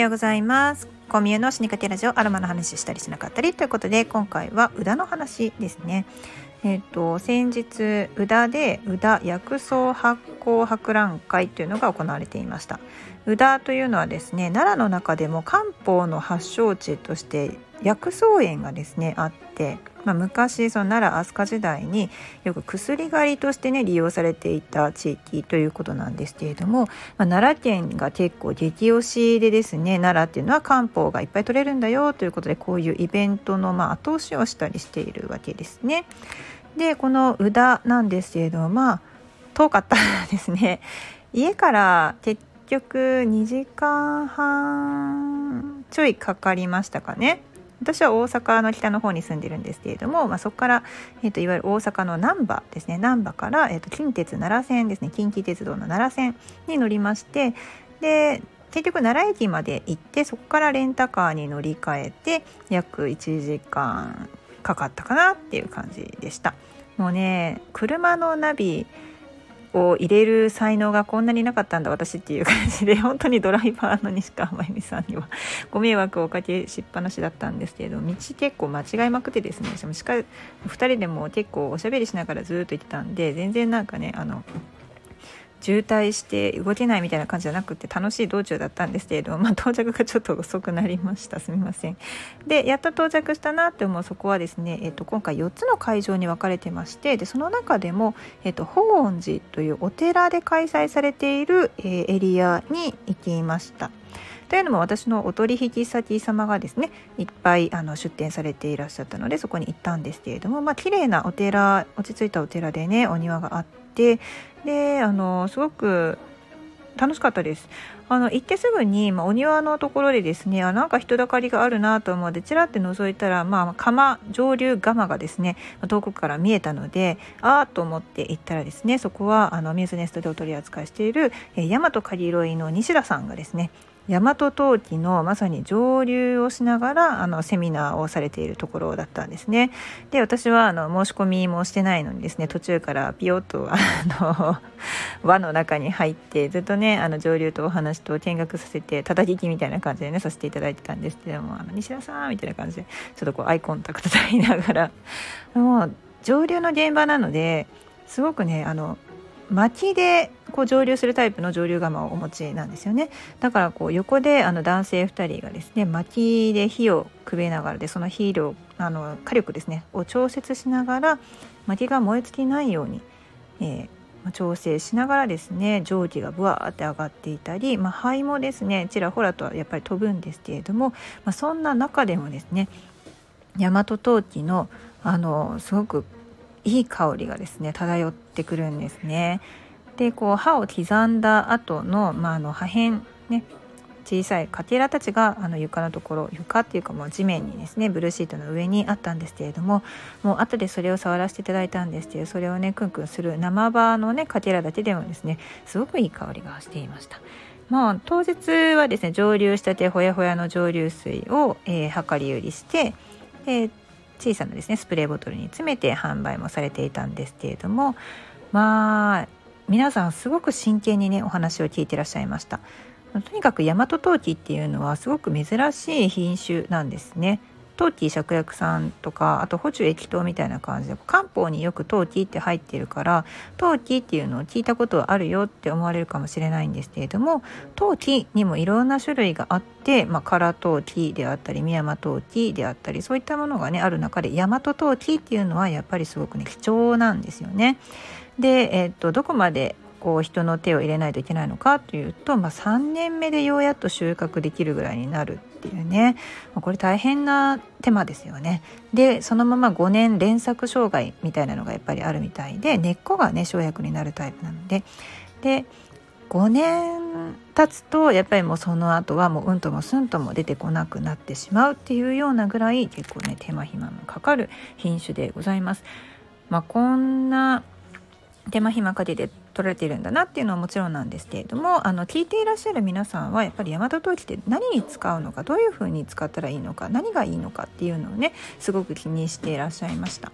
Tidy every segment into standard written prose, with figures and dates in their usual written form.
ようございます。コミュの死にかけラジオ、アロマの話したりしなかったりということで、今回は宇陀の話ですね。先日宇陀で宇陀薬草発酵博覧会というのが行われていました。宇陀というのはですね、奈良の中でも漢方の発祥地として薬草園がですねあって、昔その奈良飛鳥時代によく薬狩りとしてね利用されていた地域ということなんですけれども、奈良県が結構激推しでですね、奈良っていうのは漢方がいっぱい取れるんだよということで、こういうイベントの後押しをしたりしているわけですね。でこの宇陀なんですけれども、遠かったですね。家から結局2時間半ちょいかかりましたかね。私は大阪の北の方に住んでるんですけれども、そこから、いわゆる大阪の難波ですね、難波から、近鉄奈良線ですね、近畿鉄道の奈良線に乗りまして、で結局奈良駅まで行って、そこからレンタカーに乗り換えて約1時間かかったかなっていう感じでした。もうね、車のナビを入れる才能がこんなになかったんだ私っていう感じで、本当にドライバーの西川真由美さんにはご迷惑をおかけしっぱなしだったんですけれど、道結構間違いまくってですね、2人でも結構おしゃべりしながらずっと行ってたんで、全然なんかね渋滞して動けないみたいな感じじゃなくて楽しい道中だったんですけれど、到着がちょっと遅くなりました。すみません。でやっと到着したなって思うそこはですね、今回4つの会場に分かれてまして、でその中でも、法恩寺というお寺で開催されている、エリアに行きました。というのも、私のお取引先様がですねいっぱい出店されていらっしゃったので、そこに行ったんですけれども、綺麗なお寺、落ち着いたお寺でね、お庭があって、ですごく楽しかったです。行ってすぐに、お庭のところでですね、なんか人だかりがあるなと思ってちらって覗いたら、上流釜がですね遠くから見えたので、と思って行ったらですね、そこはミューズネストでお取り扱いしている大和カリロイの西田さんがですね、大和陶器のまさに蒸留をしながらセミナーをされているところだったんですね。で私は申し込みもしてないのにですね、途中からピヨッと輪の中に入ってずっとね蒸留とお話と見学させて、たたきみたいな感じでねさせていただいてたんですけども、西田さんみたいな感じでちょっとアイコンタクト取りながら、もう蒸留の現場なのですごくね薪で蒸留するタイプの蒸留釜をお持ちなんですよね。だから横で男性2人がですね薪で火をくべながらで、その火量火力ですねを調節しながら、薪が燃え尽きないように、調整しながらですね、蒸気がブワーって上がっていたり、灰もですねちらほらとやっぱり飛ぶんですけれども、そんな中でもですね大和陶器のすごくいい香りがですね漂ってくるんですね。で刃を刻んだ後の、破片ね、小さいかけらたちが床のところ、床っていうかもう地面にですねブルーシートの上にあったんですけれども、もう後でそれを触らせていただいたんですけど、それをねクンクンする生葉のねかけらだけでもですねすごくいい香りがしていました。当日はですね蒸留したてほやほやの蒸留水を、量り売りして、小さなですねスプレーボトルに詰めて販売もされていたんですけれども、皆さんすごく真剣にねお話を聞いていらっしゃいました。とにかく大和陶器っていうのはすごく珍しい品種なんですね。陶器芍薬散とか、あと補充液糖みたいな感じで漢方によく陶器って入っているから、陶器っていうのを聞いたことはあるよって思われるかもしれないんですけれども、陶器にもいろんな種類があって、唐陶器であったり宮山陶器であったり、そういったものがねある中で、大和陶器っていうのはやっぱりすごくね貴重なんですよね。で、どこまで人の手を入れないといけないのかというと、3年目でようやっと収穫できるぐらいになるっていうね、これ大変な手間ですよね。でそのまま5年連作障害みたいなのがやっぱりあるみたいで、根っこがね生薬になるタイプなので、5年経つとやっぱりもうその後はもううんともすんとも出てこなくなってしまうっていうようなぐらい結構ね手間暇のかかる品種でございます。こんな手間暇かけて取られているんだなっていうのはもちろんなんですけれども、聞いていらっしゃる皆さんはやっぱり大和陶器って何に使うのか、どういうふうに使ったらいいのか、何がいいのかっていうのをねすごく気にしていらっしゃいました。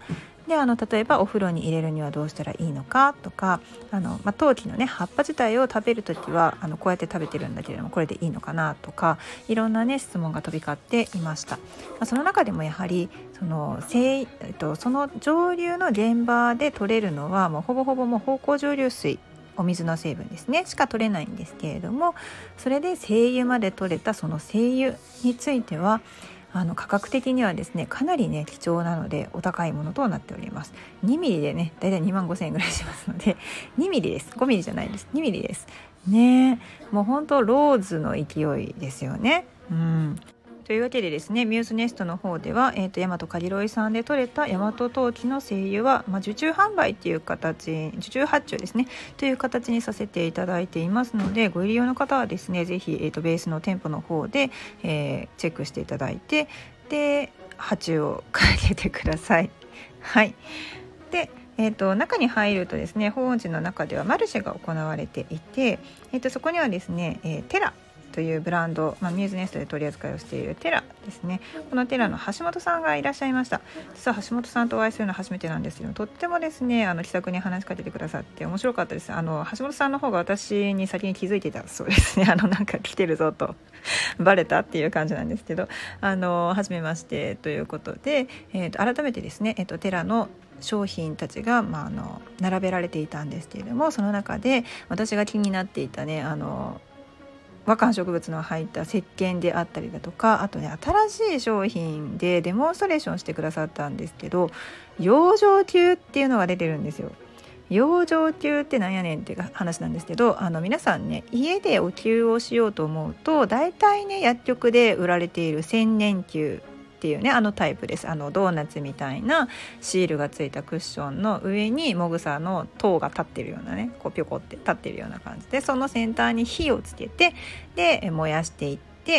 で例えばお風呂に入れるにはどうしたらいいのかとか陶器のね葉っぱ自体を食べるときはこうやって食べてるんだけれどもこれでいいのかなとか、いろんなね質問が飛び交っていました。その中でもやはりその上流の現場で取れるのはもうほぼほぼもう芳香蒸留水、お水の成分ですねしか取れないんですけれども、それで精油まで取れたその精油については価格的にはですねかなりね貴重なのでお高いものとなっております。2ミリでねだいたい25,000円ぐらいしますので2ミリです。5ミリじゃないです。2ミリですね。もう本当ローズの勢いですよね。というわけでですね、ミューズネストの方では、大和カリロイさんで採れた大和陶器の精油は、受注販売という形、受注発注ですねという形にさせていただいていますので、ご入り用の方はですねぜひ、ベースの店舗の方で、チェックしていただいて、で発注をかけてください。はい。で中に入るとですね、法恩寺の中ではマルシェが行われていて、そこにはですね、テラというブランド、ミューズネストで取り扱いをしているテラですね。このテラの橋本さんがいらっしゃいました。実は橋本さんとお会いするのは初めてなんですけど、とってもですね気さくに話しかけてくださって面白かったです。橋本さんの方が私に先に気づいてたそうですね。なんか来てるぞとバレたっていう感じなんですけど、初めましてということで、改めてですね、テラの商品たちが、並べられていたんですけれども、その中で私が気になっていたね和漢植物の入った石鹸であったりだとか、あとね新しい商品でデモンストレーションしてくださったんですけど、養生球っていうのが出てるんですよ。養生球ってなんやねんっていう話なんですけど、皆さんね家でお灸をしようと思うと大体ね薬局で売られている千年灸っていうねタイプです。ドーナツみたいなシールがついたクッションの上にもぐさの塔が立ってるようなね、こうピョコって立ってるような感じで、その先端に火をつけてで燃やしていって、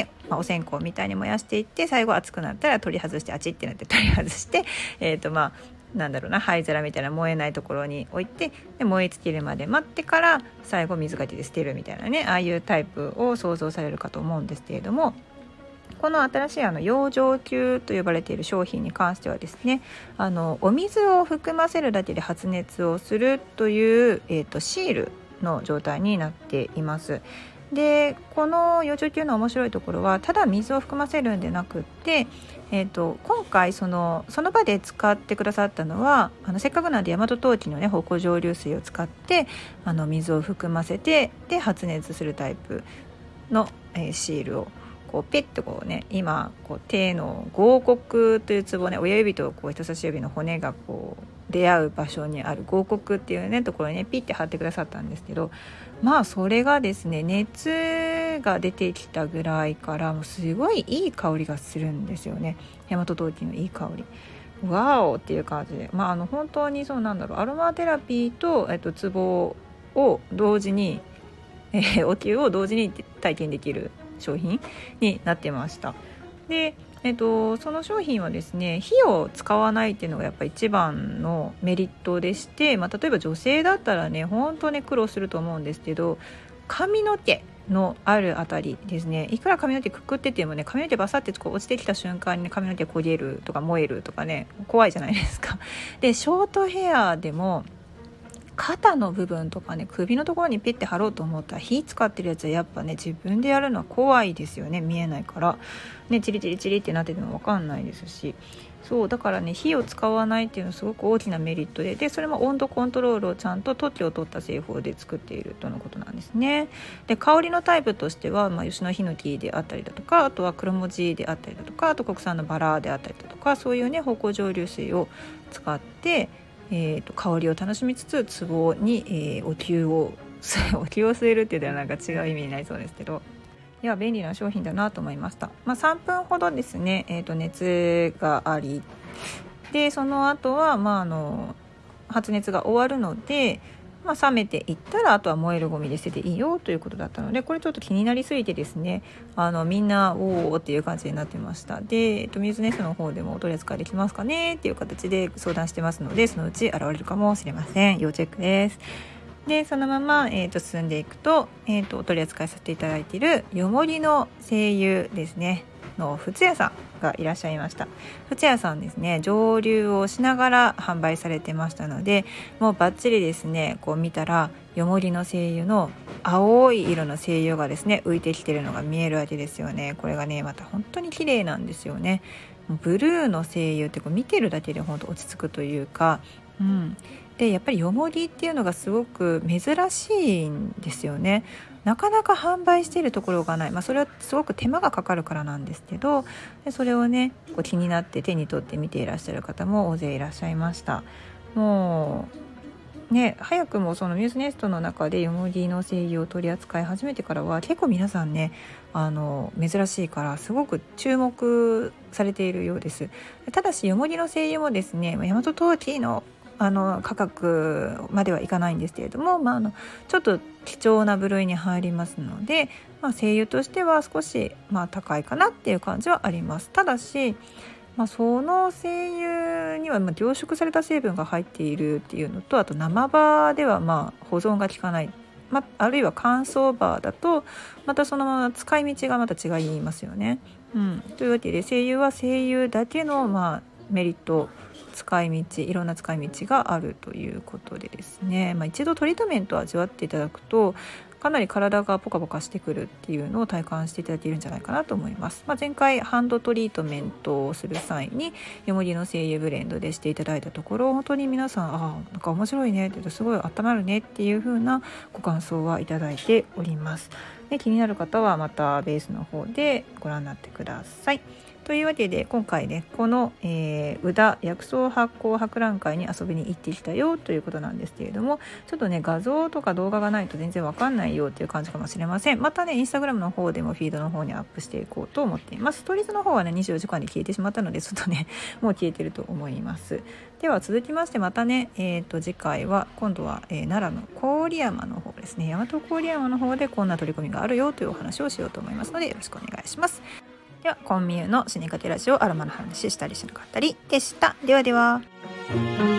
お線香みたいに燃やしていって、最後熱くなったら取り外して、あちってなって取り外してなんだろうな、灰皿みたいな燃えないところに置いて、で燃え尽きるまで待ってから最後水かけで捨てるみたいなね、ああいうタイプを想像されるかと思うんですけれども、この新しい養生球と呼ばれている商品に関してはですね、お水を含ませるだけで発熱をするという、シールの状態になっています。でこの養生球の面白いところは、ただ水を含ませるんでなくって、今回その場で使ってくださったのはせっかくなんで大和陶器のね芳香蒸留水を使って水を含ませてで発熱するタイプの、シールをこうペッとこうね、今こう手の合谷というツボね、親指とこう人差し指の骨がこう出会う場所にある合谷っていうねところにねピッて貼ってくださったんですけど、それがですね熱が出てきたぐらいからもうすごいいい香りがするんですよね。大和陶器のいい香り、ワオっていう感じで、本当にそうなんだろう、アロマテラピーと、ツボを同時に、お灸を同時に体験できる商品になってました。で、その商品はですね火を使わないっていうのがやっぱ一番のメリットでして、例えば女性だったらね本当に苦労すると思うんですけど、髪の毛のあるあたりですね、いくら髪の毛くくっててもね、髪の毛バサってこう落ちてきた瞬間に、ね、髪の毛焦げるとか燃えるとかね怖いじゃないですか。でショートヘアでも肩の部分とかね首のところにピッて貼ろうと思ったら火使ってるやつはやっぱね自分でやるのは怖いですよね。見えないからね、チリチリチリってなってても分かんないですし、そうだからね火を使わないっていうのはすごく大きなメリットで、それも温度コントロールをちゃんと特許を取った製法で作っているとのことなんですね。で香りのタイプとしては、吉野ヒノキであったりだとか、あとは黒文字であったりだとか、あと国産のバラであったりだとか、そういうね芳香蒸留水を使って香りを楽しみつつ壺に、お灸を据えるっていうのはなんか違う意味になりそうですけど、いや便利な商品だなと思いました。3分ほどですね、熱がありで、その後は、発熱が終わるので、冷めていったらあとは燃えるゴミで捨てていいよということだったので、これちょっと気になりすぎてですね、みんなおーっていう感じになってました。で、ミューズネストの方でもお取り扱いできますかねっていう形で相談してますので、そのうち現れるかもしれません。要チェックです。でそのまま、進んでいくと、お取り扱いさせていただいているよもぎの精油ですねのふつやさがいらっしゃいました。フ屋さんですね、蒸留をしながら販売されてましたので、もうバッチリですね、こう見たらよもぎの精油の青い色の精油がですね浮いてきてるのが見えるわけですよね。これがねまた本当に綺麗なんですよね。ブルーの精油ってこう見てるだけで本当落ち着くというか、でやっぱりよもぎっていうのがすごく珍しいんですよね。なかなか販売しているところがない、それはすごく手間がかかるからなんですけど、でそれをねこう気になって手に取って見ていらっしゃる方も大勢いらっしゃいました。もうね、早くもそのミューズネストの中でよもぎの精油を取り扱い始めてからは結構皆さんね珍しいからすごく注目されているようです。ただしよもぎの精油もですね大和陶器の価格まではいかないんですけれども、ちょっと貴重な部類に入りますので、精油としては少し高いかなっていう感じはあります。ただし、その精油には凝縮された成分が入っているっていうのと、あと生場では保存が効かない、あるいは乾燥場だとまたそのまま使い道がまた違いますよね。というわけで精油は精油だけのメリット、使い道、いろんな使い道があるということでですね、一度トリートメントを味わっていただくとかなり体がポカポカしてくるっていうのを体感していただけるんじゃないかなと思います。前回ハンドトリートメントをする際によもぎの精油ブレンドでしていただいたところ、本当に皆さんなんか面白いねって言うとすごい温まるねっていう風なご感想はいただいております。で気になる方はまたベースの方でご覧になってください。というわけで今回ねこの、宇田薬草発酵博覧会に遊びに行ってきたよということなんですけれども、ちょっとね画像とか動画がないと全然わかんないよっていう感じかもしれません。またねインスタグラムの方でもフィードの方にアップしていこうと思っています。ストーリーズの方はね24時間で消えてしまったのでちょっとねもう消えてると思います。では続きましてまたね、次回は今度は、奈良の郡山の方ですね、大和郡山の方でこんな取り組みがあるよというお話をしようと思いますのでよろしくお願いします。ではコンミューの死にかけラジオアロマの話したりしなかったりでした。ではでは。